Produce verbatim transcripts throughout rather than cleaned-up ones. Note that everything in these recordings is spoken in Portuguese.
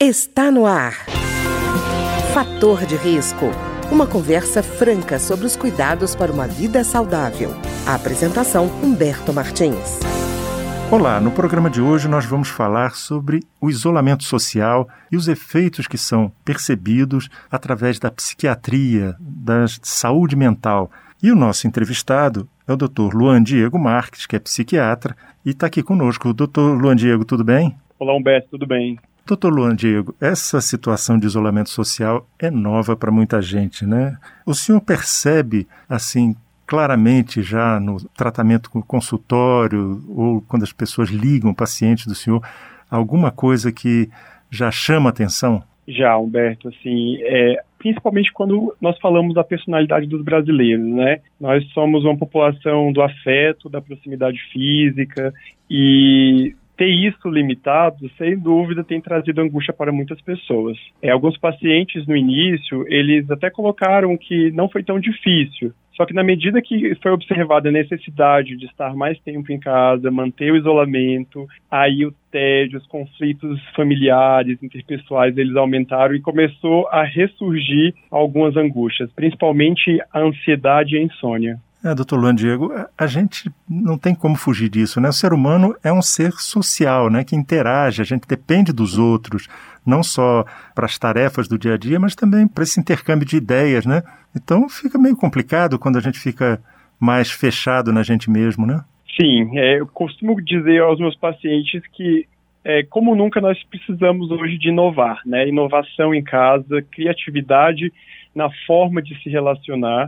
Está no ar. Fator de risco. Uma conversa franca sobre os cuidados para uma vida saudável. A apresentação, Humberto Martins. Olá, no programa de hoje nós vamos falar sobre o isolamento social e os efeitos que são percebidos através da psiquiatria, da saúde mental. E o nosso entrevistado é o doutor Luan Diego Marques, que é psiquiatra, e está aqui conosco. doutor Luan Diego, tudo bem? Olá, Humberto, tudo bem? doutor Luan Diego, essa situação de isolamento social é nova para muita gente, né? O senhor percebe, assim, claramente já no tratamento com o consultório ou quando as pessoas ligam, pacientes do senhor, alguma coisa que já chama atenção? Já, Humberto, assim, é, principalmente quando nós falamos da personalidade dos brasileiros, né? Nós somos uma população do afeto, da proximidade física, e ter isso limitado, sem dúvida, tem trazido angústia para muitas pessoas. É, alguns pacientes, no início, eles até colocaram que não foi tão difícil. Só que na medida que foi observada a necessidade de estar mais tempo em casa, manter o isolamento, aí o tédio, os conflitos familiares, interpessoais, eles aumentaram e começou a ressurgir algumas angústias, principalmente a ansiedade e a insônia. É, doutor Luan Diego, a gente não tem como fugir disso, né? O ser humano é um ser social, né? Que interage, a gente depende dos outros, não só para as tarefas do dia a dia, mas também para esse intercâmbio de ideias, né? Então fica meio complicado quando a gente fica mais fechado na gente mesmo, né? Sim, é, eu costumo dizer aos meus pacientes que, é, como nunca, nós precisamos hoje de inovar, né? Inovação em casa, criatividade na forma de se relacionar.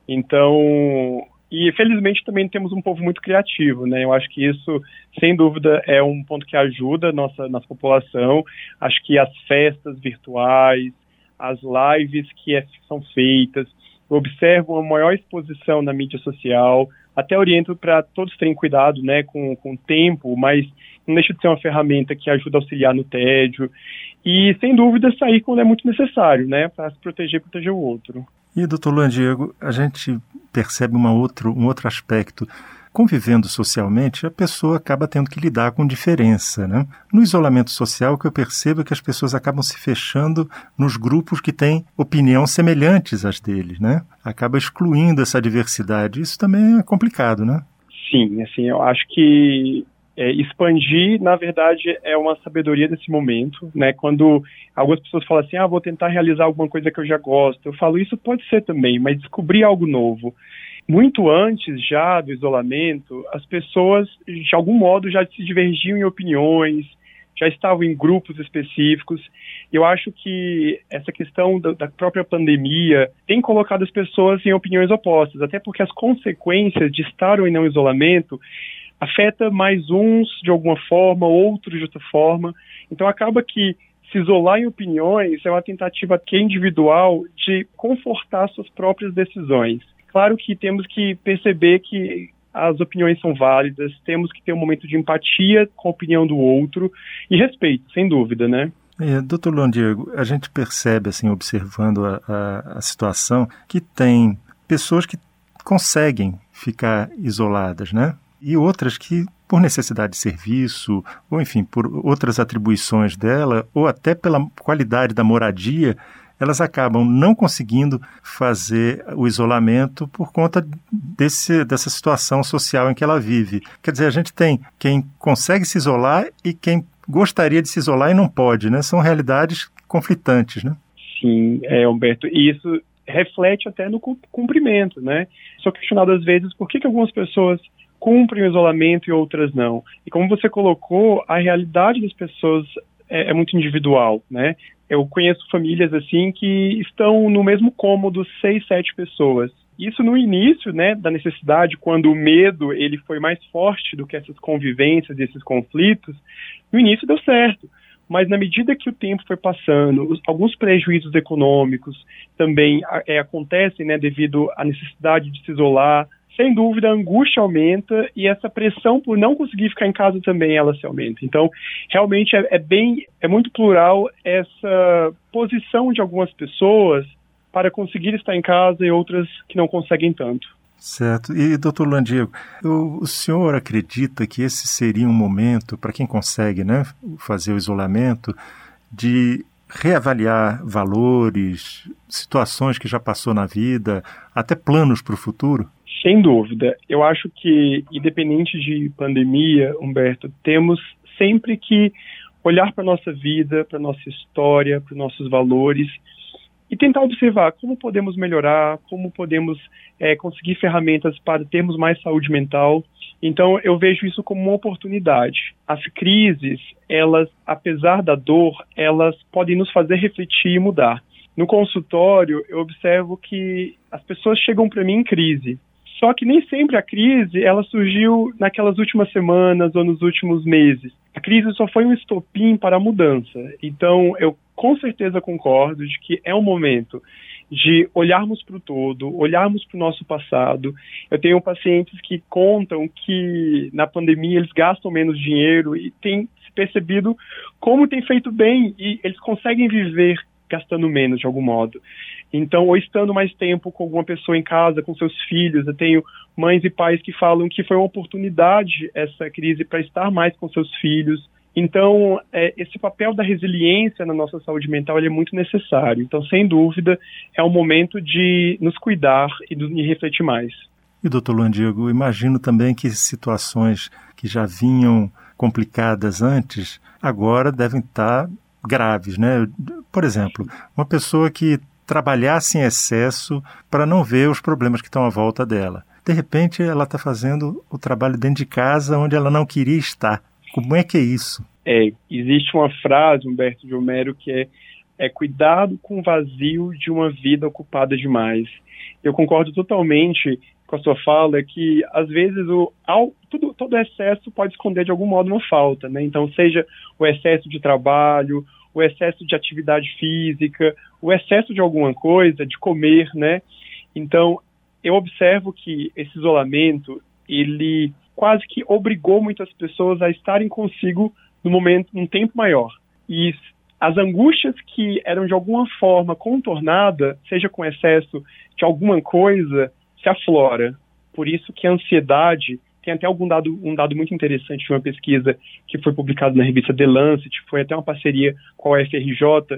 Então, e felizmente também temos um povo muito criativo, né? Eu acho que isso, sem dúvida, é um ponto que ajuda a nossa, nossa população. Acho que as festas virtuais, as lives que é, são feitas, observam a maior exposição na mídia social, até oriento para todos terem cuidado, né, com, com o tempo, mas não deixa de ser uma ferramenta que ajuda a auxiliar no tédio. E, sem dúvida, sair quando é muito necessário, né, para se proteger e proteger o outro. E, doutor Luan Diego, a gente percebe uma outro, um outro aspecto. Convivendo socialmente, a pessoa acaba tendo que lidar com diferença, né? No isolamento social, o que eu percebo é que as pessoas acabam se fechando nos grupos que têm opinião semelhantes às deles, né? Acaba excluindo essa diversidade. Isso também é complicado, né? Sim, assim, eu acho que É, expandir, na verdade, é uma sabedoria desse momento, né? Quando algumas pessoas falam assim, ah, vou tentar realizar alguma coisa que eu já gosto. Eu falo, isso pode ser também, mas descobrir algo novo. Muito antes já do isolamento, as pessoas, de algum modo, já se divergiam em opiniões, já estavam em grupos específicos. Eu acho que essa questão da, da própria pandemia tem colocado as pessoas em opiniões opostas, até porque as consequências de estar ou não em isolamento afeta mais uns de alguma forma, outros de outra forma. Então acaba que se isolar em opiniões é uma tentativa que é individual de confortar suas próprias decisões. Claro que temos que perceber que as opiniões são válidas, temos que ter um momento de empatia com a opinião do outro e respeito, sem dúvida, né? É, doutor Luan Diego, a gente percebe, assim, observando a, a, a situação, que tem pessoas que conseguem ficar isoladas, né? E outras que, por necessidade de serviço, ou enfim, por outras atribuições dela, ou até pela qualidade da moradia, elas acabam não conseguindo fazer o isolamento por conta desse, dessa situação social em que ela vive. Quer dizer, a gente tem quem consegue se isolar e quem gostaria de se isolar e não pode, né? São realidades conflitantes, né? Sim, é, Humberto, e isso reflete até no cumprimento, né? Sou questionado às vezes por que, que algumas pessoas cumprem o isolamento e outras não. E como você colocou, a realidade das pessoas é, é muito individual, né? Eu conheço famílias assim que estão no mesmo cômodo, seis, sete pessoas. Isso no início, né, da necessidade, quando o medo ele foi mais forte do que essas convivências, esses conflitos, no início deu certo. Mas na medida que o tempo foi passando, os, alguns prejuízos econômicos também é, acontecem, né, devido à necessidade de se isolar. Sem dúvida, a angústia aumenta e essa pressão por não conseguir ficar em casa também ela se aumenta. Então, realmente é, é bem, é muito plural essa posição de algumas pessoas para conseguir estar em casa e outras que não conseguem tanto. Certo. E, doutor Luan Diego, o, o senhor acredita que esse seria um momento, para quem consegue, né, fazer o isolamento, de reavaliar valores, situações que já passou na vida, até planos para o futuro? Sem dúvida. Eu acho que, independente de pandemia, Humberto, temos sempre que olhar para a nossa vida, para a nossa história, para os nossos valores e tentar observar como podemos melhorar, como podemos é, conseguir ferramentas para termos mais saúde mental. Então, eu vejo isso como uma oportunidade. As crises, elas, apesar da dor, elas podem nos fazer refletir e mudar. No consultório, eu observo que as pessoas chegam para mim em crise. Só que nem sempre a crise ela surgiu naquelas últimas semanas ou nos últimos meses. A crise só foi um estopim para a mudança. Então, eu com certeza concordo de que é um momento de olharmos para o todo, olharmos para o nosso passado. Eu tenho pacientes que contam que na pandemia eles gastam menos dinheiro e têm se percebido como tem feito bem e eles conseguem viver gastando menos de algum modo. Então, ou estando mais tempo com alguma pessoa em casa, com seus filhos. Eu tenho mães e pais que falam que foi uma oportunidade essa crise para estar mais com seus filhos. Então, é, esse papel da resiliência na nossa saúde mental ele é muito necessário. Então, sem dúvida, é o momento de nos cuidar e de refletir mais. E, doutor Luan Diego, imagino também que situações que já vinham complicadas antes, agora devem estar graves, né? Por exemplo, uma pessoa que trabalhasse em excesso para não ver os problemas que estão à volta dela. De repente, ela está fazendo o trabalho dentro de casa onde ela não queria estar. Como é que é isso? É, existe uma frase, Humberto de Homero, que é, é cuidado com o vazio de uma vida ocupada demais. Eu concordo totalmente com a sua fala que, às vezes, o, ao, tudo, todo excesso pode esconder de algum modo uma falta, né? Então, seja o excesso de trabalho, o excesso de atividade física, o excesso de alguma coisa, de comer, né? Então, eu observo que esse isolamento, ele quase que obrigou muitas pessoas a estarem consigo no momento, num tempo maior. E as angústias que eram de alguma forma contornadas, seja com excesso de alguma coisa, se aflora. Por isso que a ansiedade, tem até algum dado, um dado muito interessante de uma pesquisa que foi publicada na revista The Lancet, foi até uma parceria com a U F R J,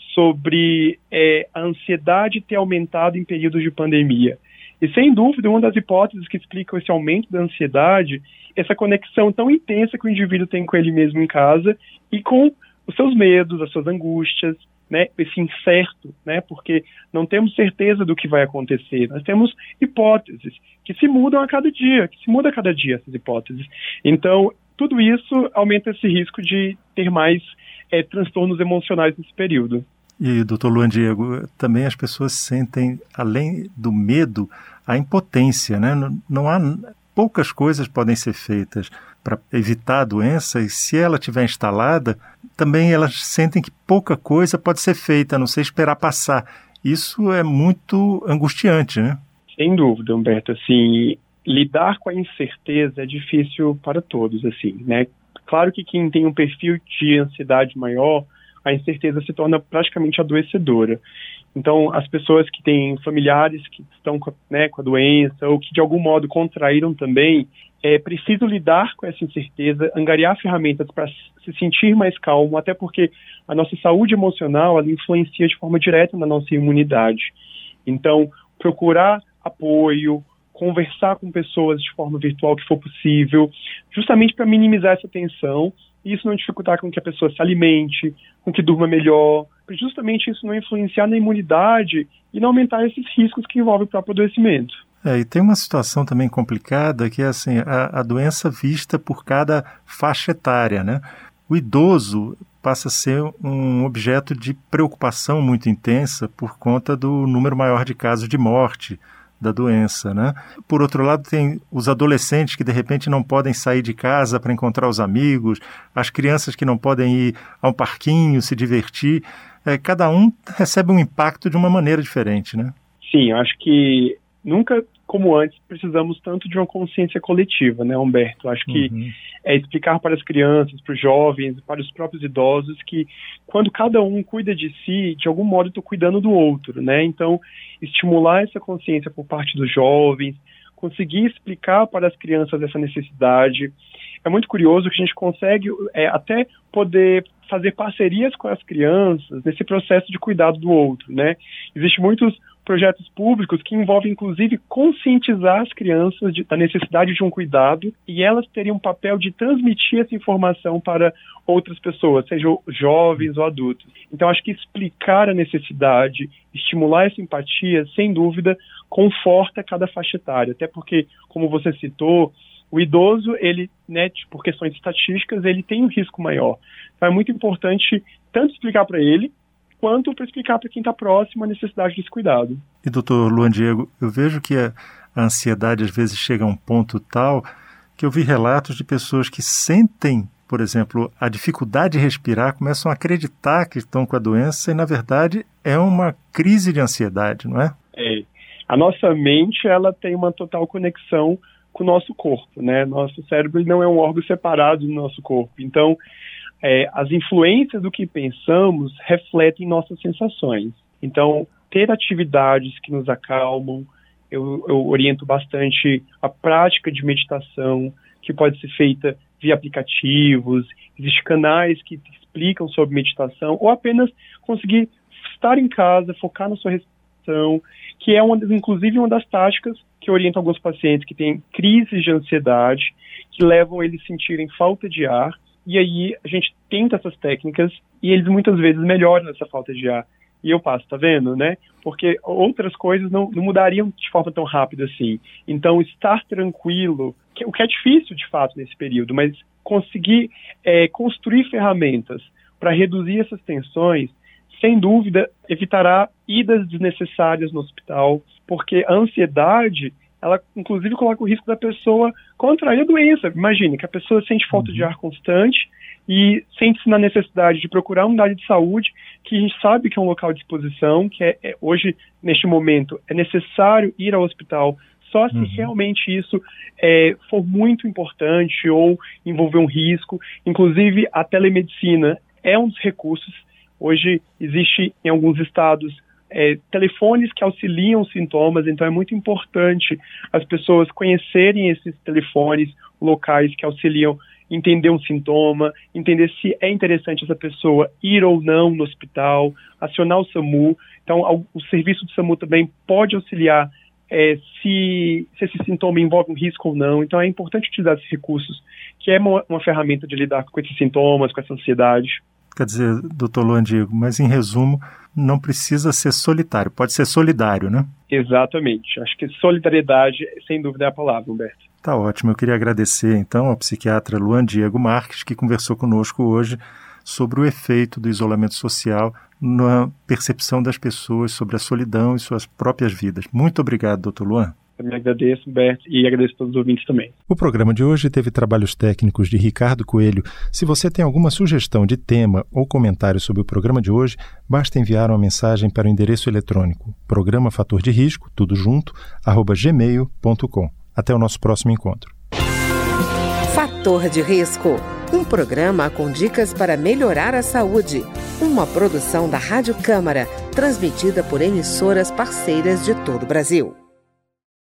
sobre é, a ansiedade ter aumentado em períodos de pandemia. E, sem dúvida, uma das hipóteses que explicam esse aumento da ansiedade, essa conexão tão intensa que o indivíduo tem com ele mesmo em casa e com os seus medos, as suas angústias, né, esse incerto, né, porque não temos certeza do que vai acontecer. Nós temos hipóteses que se mudam a cada dia, que se muda a cada dia essas hipóteses. Então, tudo isso aumenta esse risco de ter mais é, transtornos emocionais nesse período. E, doutor Luan Diego, também as pessoas sentem, além do medo, a impotência, né? Não, não há, poucas coisas podem ser feitas para evitar a doença e, se ela estiver instalada, também elas sentem que pouca coisa pode ser feita, a não ser esperar passar. Isso é muito angustiante, né? Sem dúvida, Humberto. Assim, lidar com a incerteza é difícil para todos, assim, né? Claro que quem tem um perfil de ansiedade maior, a incerteza se torna praticamente adoecedora. Então, as pessoas que têm familiares que estão com, né, com a doença ou que de algum modo contraíram também, é preciso lidar com essa incerteza, angariar ferramentas para se sentir mais calmo, até porque a nossa saúde emocional ela influencia de forma direta na nossa imunidade. Então, procurar apoio, conversar com pessoas de forma virtual que for possível, justamente para minimizar essa tensão e isso não dificultar com que a pessoa se alimente, com que durma melhor, para justamente isso não influenciar na imunidade e não aumentar esses riscos que envolvem o próprio adoecimento. É, e tem uma situação também complicada que é assim, a, a doença vista por cada faixa etária, né? O idoso passa a ser um objeto de preocupação muito intensa por conta do número maior de casos de morte da doença, né? Por outro lado, tem os adolescentes que de repente não podem sair de casa para encontrar os amigos, as crianças que não podem ir a um parquinho, se divertir. É, cada um recebe um impacto de uma maneira diferente, né? Sim, eu acho que nunca, como antes, precisamos tanto de uma consciência coletiva, né, Humberto? Eu acho que uhum. é explicar para as crianças, para os jovens, para os próprios idosos que quando cada um cuida de si, de algum modo estou cuidando do outro, né? Então, estimular essa consciência por parte dos jovens, conseguir explicar para as crianças essa necessidade. é muito curioso que a gente consegue é, até poder fazer parcerias com as crianças nesse processo de cuidado do outro, né? Existem muitos projetos públicos que envolvem, inclusive, conscientizar as crianças de, da necessidade de um cuidado e elas teriam um papel de transmitir essa informação para outras pessoas, sejam jovens ou adultos. Então, acho que explicar a necessidade, estimular essa empatia, sem dúvida, conforta cada faixa etária. Até porque, como você citou, o idoso, ele, né, por questões estatísticas, ele tem um risco maior. Então, é muito importante tanto explicar para ele, quanto para explicar para quem está próximo a necessidade desse cuidado. E, doutor Luan Diego, eu vejo que a, a ansiedade às vezes chega a um ponto tal que eu vi relatos de pessoas que sentem, por exemplo, a dificuldade de respirar, começam a acreditar que estão com a doença e, na verdade, é uma crise de ansiedade, não é? É. A nossa mente, ela tem uma total conexão com o nosso corpo, né? Nosso cérebro não é um órgão separado do nosso corpo. Então, É, as influências do que pensamos refletem nossas sensações. Então, ter atividades que nos acalmam, eu, eu oriento bastante a prática de meditação, que pode ser feita via aplicativos, existem canais que explicam sobre meditação, ou apenas conseguir estar em casa, focar na sua respiração, que é, uma, inclusive, uma das táticas que eu oriento alguns pacientes que têm crises de ansiedade, que levam eles a sentirem falta de ar. E aí a gente tenta essas técnicas e eles muitas vezes melhoram essa falta de ar. E eu passo, tá vendo, né? Porque outras coisas não, não mudariam de forma tão rápida assim. Então, estar tranquilo, que, o que é difícil de fato nesse período, mas conseguir é, construir ferramentas para reduzir essas tensões, sem dúvida, evitará idas desnecessárias no hospital, porque a ansiedade, ela inclusive coloca o risco da pessoa contrair a doença. Imagine que a pessoa sente falta de ar constante e sente-se na necessidade de procurar uma unidade de saúde, que a gente sabe que é um local de exposição, que é, é, hoje, neste momento, é necessário ir ao hospital só se uhum. realmente isso é, for muito importante ou envolver um risco. Inclusive, a telemedicina é um dos recursos. Hoje existe em alguns estados É, telefones que auxiliam os sintomas, então é muito importante as pessoas conhecerem esses telefones locais que auxiliam entender um sintoma, entender se é interessante essa pessoa ir ou não no hospital, acionar o SAMU. Então o, o serviço do SAMU também pode auxiliar é, se, se esse sintoma envolve um risco ou não. Então é importante utilizar esses recursos, que é uma, uma ferramenta de lidar com esses sintomas, com essa ansiedade. Quer dizer, doutor Luan Diego, mas em resumo, não precisa ser solitário, pode ser solidário, né? Exatamente. Acho que solidariedade, sem dúvida, é a palavra, Humberto. Tá ótimo. Eu queria agradecer, então, ao psiquiatra Luan Diego Marques, que conversou conosco hoje sobre o efeito do isolamento social na percepção das pessoas sobre a solidão e suas próprias vidas. Muito obrigado, doutor Luan. Eu me agradeço, Humberto, e agradeço a todos os ouvintes também. O programa de hoje teve trabalhos técnicos de Ricardo Coelho. Se você tem alguma sugestão de tema ou comentário sobre o programa de hoje, basta enviar uma mensagem para o endereço eletrônico programa fator de risco, tudo junto, arroba gmail ponto com. Até o nosso próximo encontro. Fator de Risco, um programa com dicas para melhorar a saúde. Uma produção da Rádio Câmara, transmitida por emissoras parceiras de todo o Brasil.